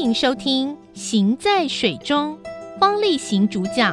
迎收听《行在水中》，方力行主讲。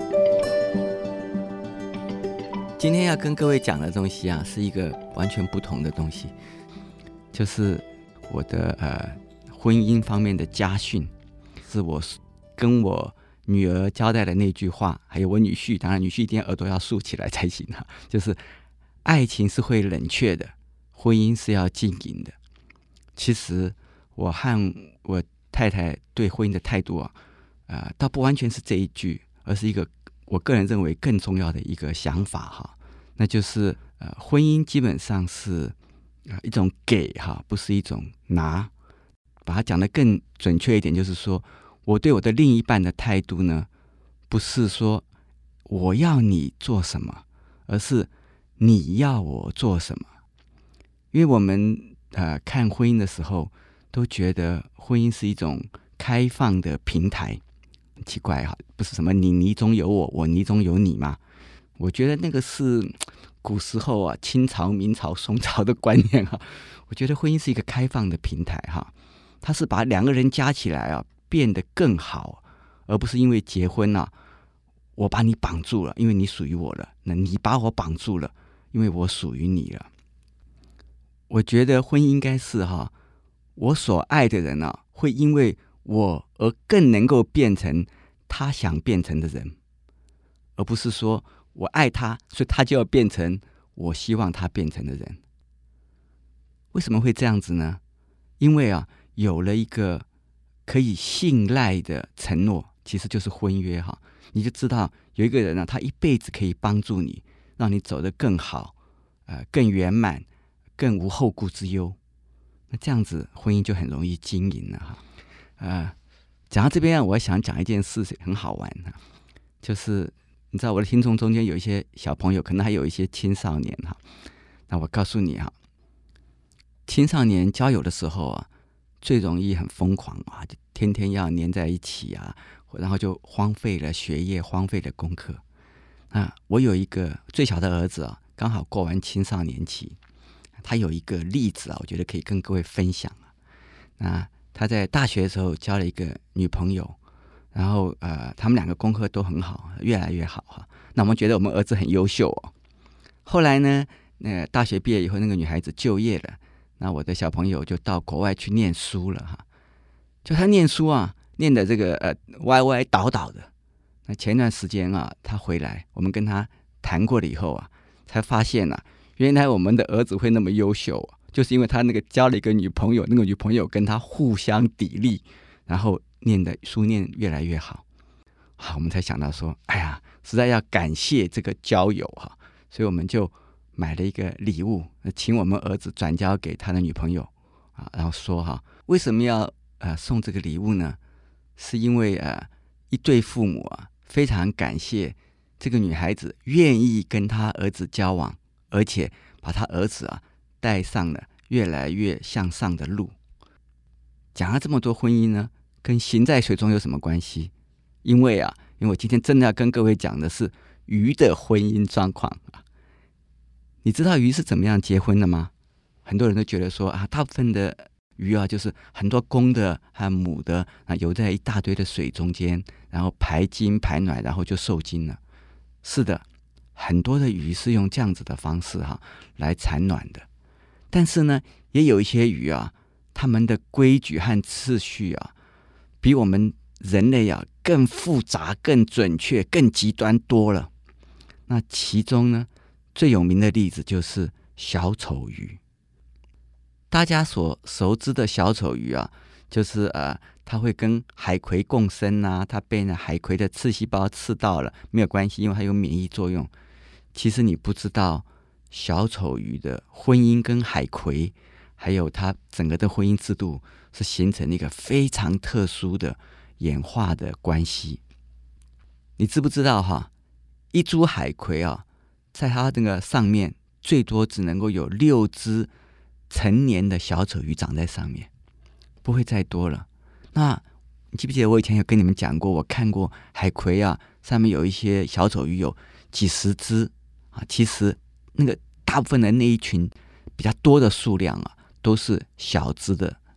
今天要跟各位讲的东西啊，是一个完全不同的东西，就是我的婚姻方面的家训，是我跟我女儿交代的那句话，还有我女婿，当然女婿一定耳朵要竖起来才行啊，就是爱情是会冷却的，婚姻是要经营的。其实我和我太太对婚姻的态度啊，倒不完全是这一句，而是一个我个人认为更重要的一个想法哈，那就是婚姻基本上是一种给哈，不是一种拿。把它讲得更准确一点，就是说我对我的另一半的态度呢，不是说我要你做什么，而是你要我做什么。因为我们看婚姻的时候，都觉得婚姻是一种开放的平台，很奇怪哈，不是什么你泥中有我，我泥中有你吗？我觉得那个是古时候啊，清朝、明朝、宋朝的观念哈。我觉得婚姻是一个开放的平台哈，它是把两个人加起来啊，变得更好，而不是因为结婚啊，我把你绑住了，因为你属于我了，那你把我绑住了，因为我属于你了。我觉得婚姻应该是哈，我所爱的人啊，会因为我而更能够变成他想变成的人，而不是说我爱他，所以他就要变成我希望他变成的人。为什么会这样子呢？因为啊，有了一个可以信赖的承诺，其实就是婚约哈。你就知道有一个人啊，他一辈子可以帮助你，让你走得更好，更圆满，更无后顾之忧。那这样子婚姻就很容易经营了哈。讲到这边我想讲一件事情很好玩哈，就是你知道我的听众中间有一些小朋友，可能还有一些青少年哈。那我告诉你哈，青少年交友的时候啊，最容易很疯狂啊，就天天要黏在一起啊，然后就荒废了学业，荒废了功课。我有一个最小的儿子啊，刚好过完青少年期，他有一个例子啊，我觉得可以跟各位分享啊。那他在大学的时候交了一个女朋友，然后他们两个功课都很好，越来越好哈。那我们觉得我们儿子很优秀哦。后来呢，大学毕业以后，那个女孩子就业了，那我的小朋友就到国外去念书了哈。就他念书啊，念的这个歪歪倒倒的。那前段时间啊，他回来，我们跟他谈过了以后啊，才发现啊，原来我们的儿子会那么优秀啊，就是因为他那个交了一个女朋友，那个女朋友跟他互相砥砺，然后念的书念越来越好。好，我们才想到说，哎呀，实在要感谢这个交友哈，所以我们就买了一个礼物，请我们儿子转交给他的女朋友啊，然后说哈，为什么要送这个礼物呢？是因为一对父母啊，非常感谢这个女孩子愿意跟他儿子交往，而且把他儿子啊带上了越来越向上的路。讲了这么多婚姻呢，跟行在水中有什么关系？因为我今天真的要跟各位讲的是鱼的婚姻状况啊。你知道鱼是怎么样结婚的吗？很多人都觉得说大部分的鱼啊，就是很多公的和母的游在一大堆的水中间，然后排精排卵，然后就受精了。是的，很多的鱼是用这样子的方式来产卵的。但是呢，也有一些鱼啊，它们的规矩和次序啊，比我们人类更复杂、更准确、更极端多了。那其中呢，最有名的例子就是小丑鱼。大家所熟知的小丑鱼啊，就是它会跟海葵共生啊，它被海葵的刺细胞刺到了，没有关系，因为它有免疫作用。其实你不知道，小丑鱼的婚姻跟海葵，还有它整个的婚姻制度是形成一个非常特殊的演化的关系。你知不知道一株海葵在它那个上面最多只能够有6只成年的小丑鱼长在上面，不会再多了。那你记不记得我以前有跟你们讲过，我看过海葵上面有一些小丑鱼有几十只其实那个大部分的那一群比较多的数量都是小只的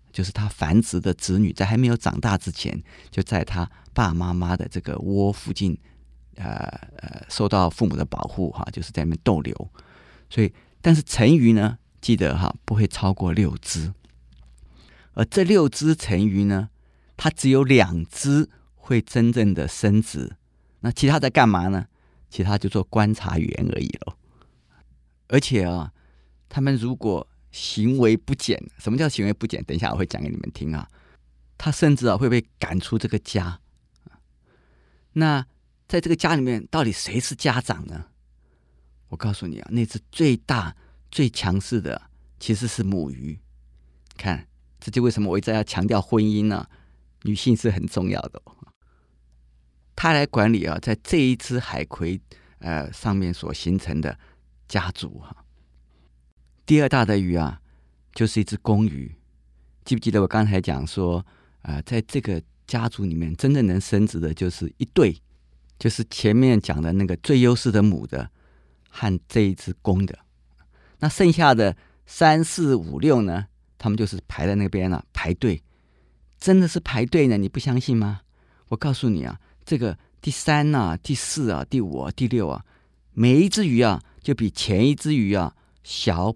就是他繁殖的子女在还没有长大之前，就在他爸妈妈的这个窝附近，受到父母的保护哈，就是在那边逗留。所以，但是成鱼呢，记得哈，不会超过6只。而这6只成鱼呢，它只有2只会真正的生殖，那其他在干嘛呢？其他就做观察员而已咯。而且啊，他们如果行为不检，什么叫行为不检？等一下我会讲给你们听啊。他甚至会被赶出这个家。那在这个家里面，到底谁是家长呢？我告诉你啊，那只最大、最强势的其实是母鱼。看，这就为什么我一直要强调婚姻呢？女性是很重要的。她来管理啊，在这一只海葵上面所形成的家族哈。第2大的鱼啊，就是一只公鱼。记不记得我刚才讲说，在这个家族里面，真正能生殖的就是一对，就是前面讲的那个最优势的母的和这一只公的。那剩下的3、4、5、6呢，他们就是排在那边啊，排队，真的是排队呢，你不相信吗？我告诉你啊，这个第3啊、第4啊、第5啊、第6啊，每一只鱼啊，就比前一只鱼啊小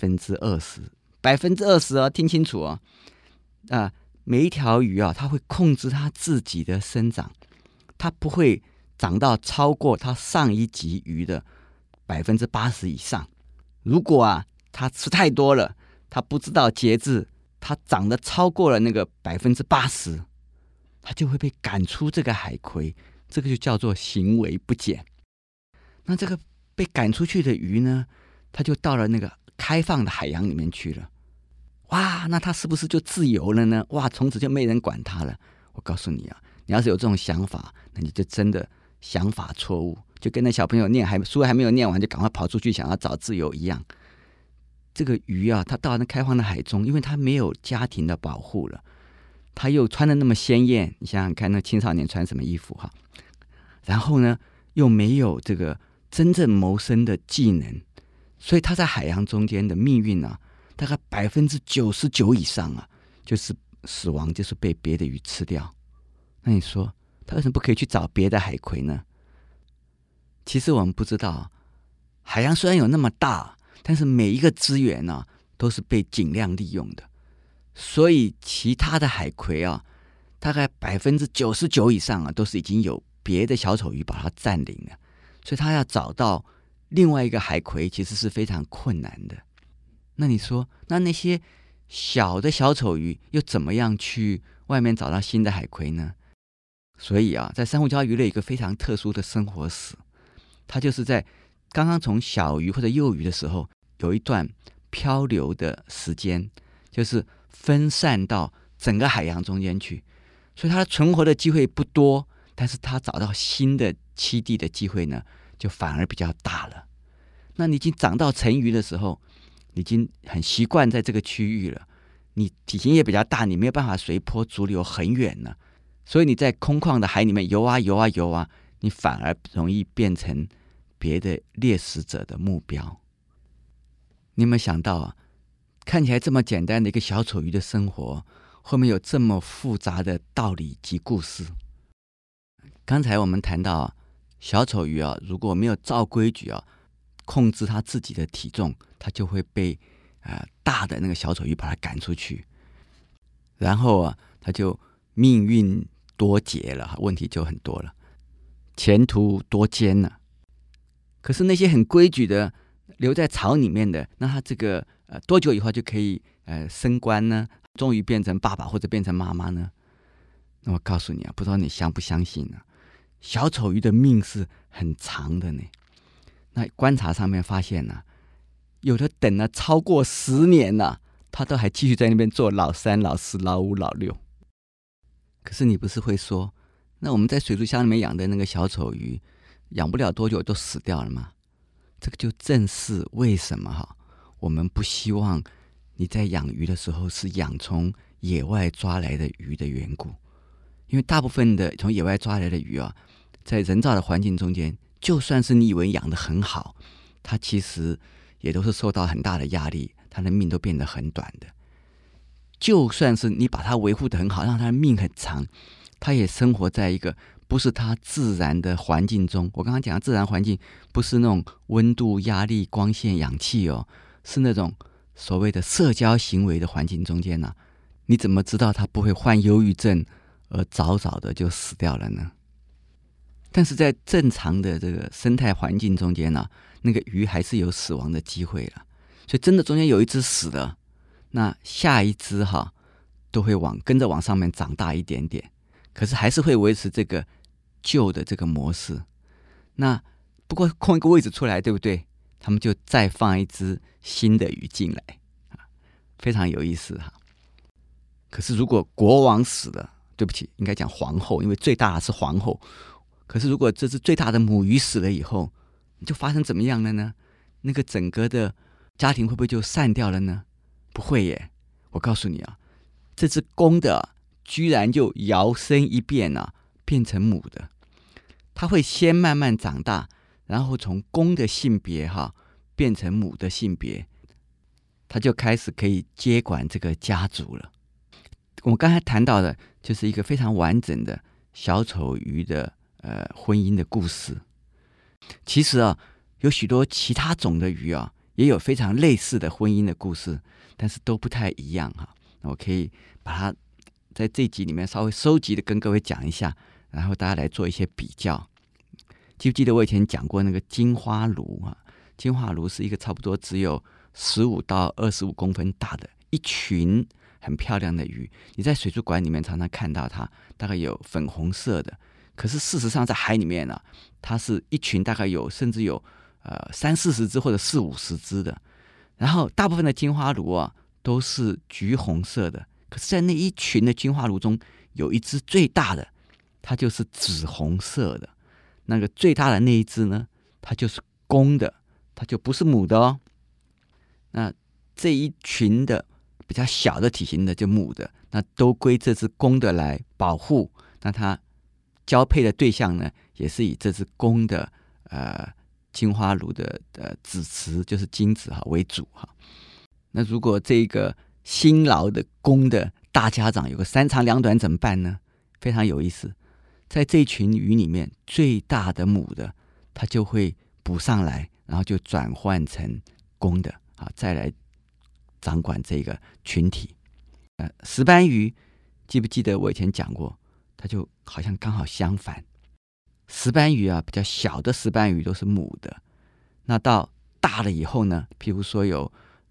20%，20%啊，听清楚啊！每一条鱼啊，它会控制它自己的生长，它不会长到超过它上一级鱼的80%以上。如果啊，它吃太多了，它不知道节制，它长得超过了那个80%，它就会被赶出这个海葵，这个就叫做行为不检。那这个被赶出去的鱼呢，它就到了那个开放的海洋里面去了。哇，那它是不是就自由了呢？哇，从此就没人管它了。我告诉你啊，你要是有这种想法，那你就真的想法错误，就跟那小朋友书还没有念完就赶快跑出去想要找自由一样。这个鱼啊，它到了那开放的海中，因为它没有家庭的保护了，它又穿得那么鲜艳，你想想看，那青少年穿什么衣服哈？然后呢，又没有这个真正谋生的技能，所以它在海洋中间的命运啊，大概99%以上啊，就是死亡，就是被别的鱼吃掉。那你说，它为什么不可以去找别的海葵呢？其实我们不知道，海洋虽然有那么大，但是每一个资源啊，都是被尽量利用的。所以其他的海葵啊，大概99%以上啊，都是已经有别的小丑鱼把它占领了。所以它要找到另外一个海葵，其实是非常困难的。那你说，那些小的小丑鱼又怎么样去外面找到新的海葵呢？所以啊，在珊瑚礁鱼类有一个非常特殊的生活史，它就是在刚刚从小鱼或者幼鱼的时候，有一段漂流的时间，就是分散到整个海洋中间去，所以它存活的机会不多，但是它找到新的栖地的机会呢，就反而比较大了。那你已经长到成鱼的时候，你已经很习惯在这个区域了，你体型也比较大，你没有办法随波逐流很远了，所以你在空旷的海里面游啊游啊游啊，你反而容易变成别的猎食者的目标。你有没有想到啊，看起来这么简单的一个小丑鱼的生活，后面有这么复杂的道理及故事？刚才我们谈到小丑鱼啊，如果没有照规矩啊，控制它自己的体重，它就会被大的那个小丑鱼把它赶出去，然后啊，它就命运多劫了，问题就很多了，前途多艰了。可是那些很规矩的留在巢里面的，那它这个多久以后就可以升官呢？终于变成爸爸或者变成妈妈呢？那我告诉你啊，不知道你相不相信啊，小丑鱼的命是很长的呢。那观察上面发现啊，有的等了超过10年啊，他都还继续在那边做老3、老4、老5、老6。可是你不是会说，那我们在水族箱里面养的那个小丑鱼，养不了多久都死掉了吗？这个就正是为什么我们不希望你在养鱼的时候是养从野外抓来的鱼的缘故。因为大部分的从野外抓来的鱼啊，在人造的环境中间，就算是你以为养得很好，它其实也都是受到很大的压力，它的命都变得很短的。 就算是你把它维护得很好，让它的命很长，它也生活在一个不是它自然的环境中。我刚刚讲的自然环境不是那种温度、压力、光线、氧气哦，是那种所谓的社交行为的环境中间啊，你怎么知道它不会患忧郁症而早早的就死掉了呢？但是在正常的这个生态环境中间啊，那个鱼还是有死亡的机会了。所以真的中间有一只死了，那下一只都会跟着往上面长大一点点，可是还是会维持这个旧的这个模式。那不过空一个位置出来，对不对？他们就再放一只新的鱼进来，非常有意思哈。可是如果国王死了，对不起，应该讲皇后，因为最大的是皇后。可是如果这只最大的母鱼死了以后，就发生怎么样了呢？那个整个的家庭会不会就散掉了呢？不会耶！我告诉你啊，这只公的居然就摇身一变啊，变成母的。它会先慢慢长大，然后从公的性别变成母的性别，它就开始可以接管这个家族了。我们刚才谈到的就是一个非常完整的小丑鱼的婚姻的故事。其实有许多其他种的鱼也有非常类似的婚姻的故事，但是都不太一样那我可以把它在这集里面稍微收集的跟各位讲一下，然后大家来做一些比较。记不记得我以前讲过那个金花鲈金花鲈是一个差不多只有15到25公分大的一群很漂亮的鱼，你在水族馆里面常常看到它，大概有粉红色的，可是事实上在海里面它是一群大概甚至有30-40只或者40-50只的。然后大部分的金花鲈都是橘红色的，可是在那一群的金花鲈中，有一只最大的，它就是紫红色的。那个最大的那一只呢，它就是公的，它就不是母的哦。那这一群的比较小的体型的就母的，那都归这只公的来保护。那它交配的对象呢，也是以这只公的金花鲈的子雌，就是精子为主那如果这个辛劳的公的大家长有个3长2短怎么办呢？非常有意思，在这群鱼里面最大的母的，它就会补上来，然后就转换成公的再来掌管这个群体。石斑鱼记不记得我以前讲过，它就好像刚好相反。石斑鱼比较小的石斑鱼都是母的，那到大了以后呢，譬如说有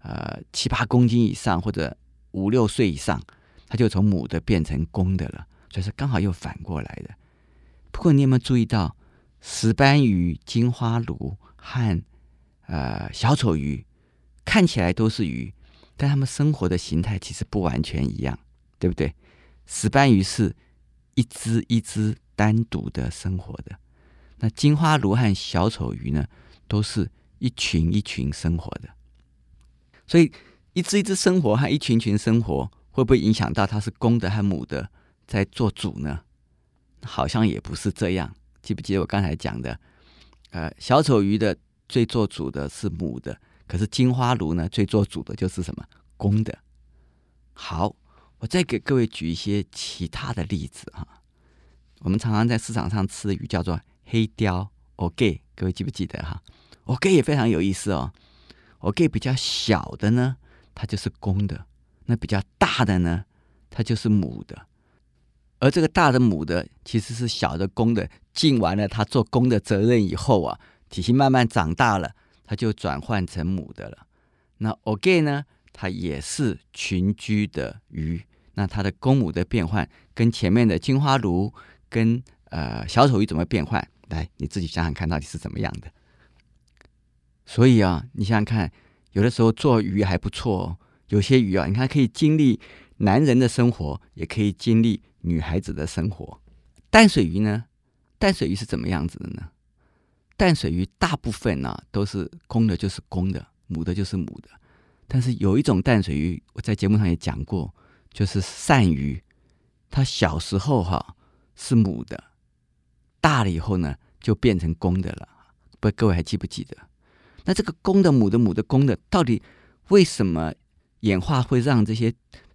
7-8公斤以上或者5-6岁以上，它就从母的变成公的了，所以是刚好又反过来的。不过你有没有注意到，石斑鱼、金花鲈和小丑鱼看起来都是鱼，但它们生活的形态其实不完全一样，对不对？石斑鱼是一只一只单独的生活的，那金花鲈和小丑鱼呢，都是一群一群生活的。所以一只一只生活和一群群生活，会不会影响到它是公的和母的在做主呢？好像也不是这样。记不记得我刚才讲的小丑鱼的最做主的是母的，可是金花鲈呢，最做主的就是什么？公的。好，我再给各位举一些其他的例子我们常常在市场上吃的鱼叫做黑鲷 Ogay， 各位记不记得Ogay 也非常有意思Ogay 比较小的呢，它就是公的，那比较大的呢，它就是母的。而这个大的母的其实是小的公的尽完了它做公的责任以后体型慢慢长大了，它就转换成母的了。那 Ogay 呢，它也是群居的鱼，那它的公母的变换跟前面的金花鲈跟小丑鱼怎么变换，来你自己想想看到底是怎么样的。所以你想想看，有的时候做鱼还不错有些鱼你看可以经历男人的生活，也可以经历女孩子的生活。淡水鱼呢？淡水鱼是怎么样子的呢？淡水鱼大部分都是公的就是公的，母的就是母的。但是有一种淡水鱼，我在节目上也讲过，就是鳝鱼。它小时候是母的，大了以后呢就变成公的了。不知道各位还记不记得？那这个公的、母的、母的、公的，到底为什么演化会让这些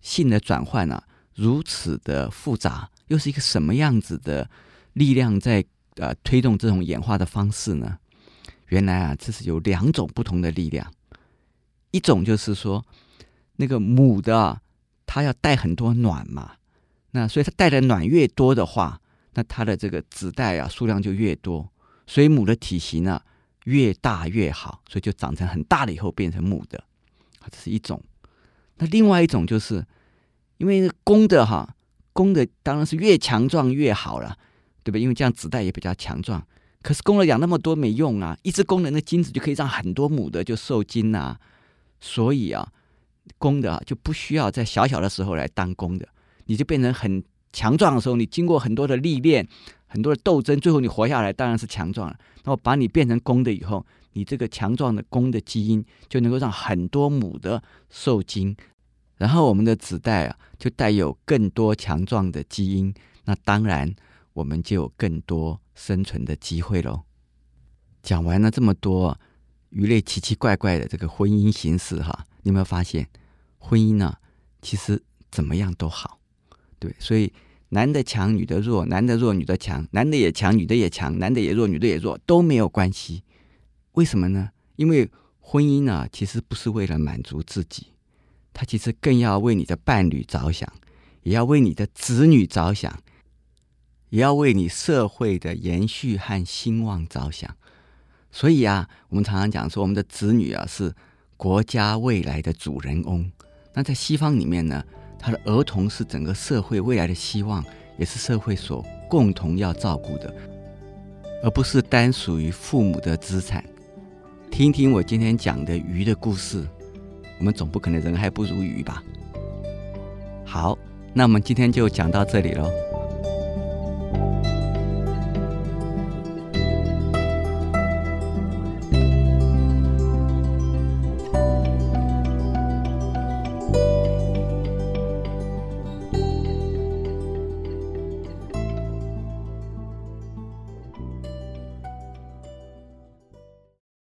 性的转换啊，如此的复杂，又是一个什么样子的力量在推动这种演化的方式呢？原来啊，这是有2种不同的力量。一种就是说，那个母的啊，它要带很多卵嘛，那所以它带的卵越多的话，那它的这个子代啊数量就越多，所以母的体型呢越大越好，所以就长成很大了以后变成母的，这是一种。那另外一种就是因为公的当然是越强壮越好了，对吧？因为这样子代也比较强壮。可是公的养那么多没用啊，一只公的那精子就可以让很多母的就受精啊，所以啊，公的就不需要在小小的时候来当公的，你就变成很强壮的时候，你经过很多的历练，很多的斗争，最后你活下来当然是强壮了。那我把你变成公的以后，你这个强壮的公的基因就能够让很多母的受精，然后我们的子代啊就带有更多强壮的基因，那当然我们就有更多生存的机会咯。讲完了这么多鱼类奇奇怪怪的这个婚姻形式你有没有发现婚姻啊其实怎么样都好，对，所以男的强女的弱，男的弱女的强，男的也强女的也强，男的也弱女的也弱，都没有关系。为什么呢？因为婚姻啊其实不是为了满足自己，它其实更要为你的伴侣着想，也要为你的子女着想，也要为你社会的延续和兴旺着想。所以啊，我们常常讲说我们的子女啊是国家未来的主人翁。那在西方里面呢，他的儿童是整个社会未来的希望，也是社会所共同要照顾的，而不是单属于父母的资产。听听我今天讲的鱼的故事，我们总不可能人还不如鱼吧。好，那我们今天就讲到这里咯。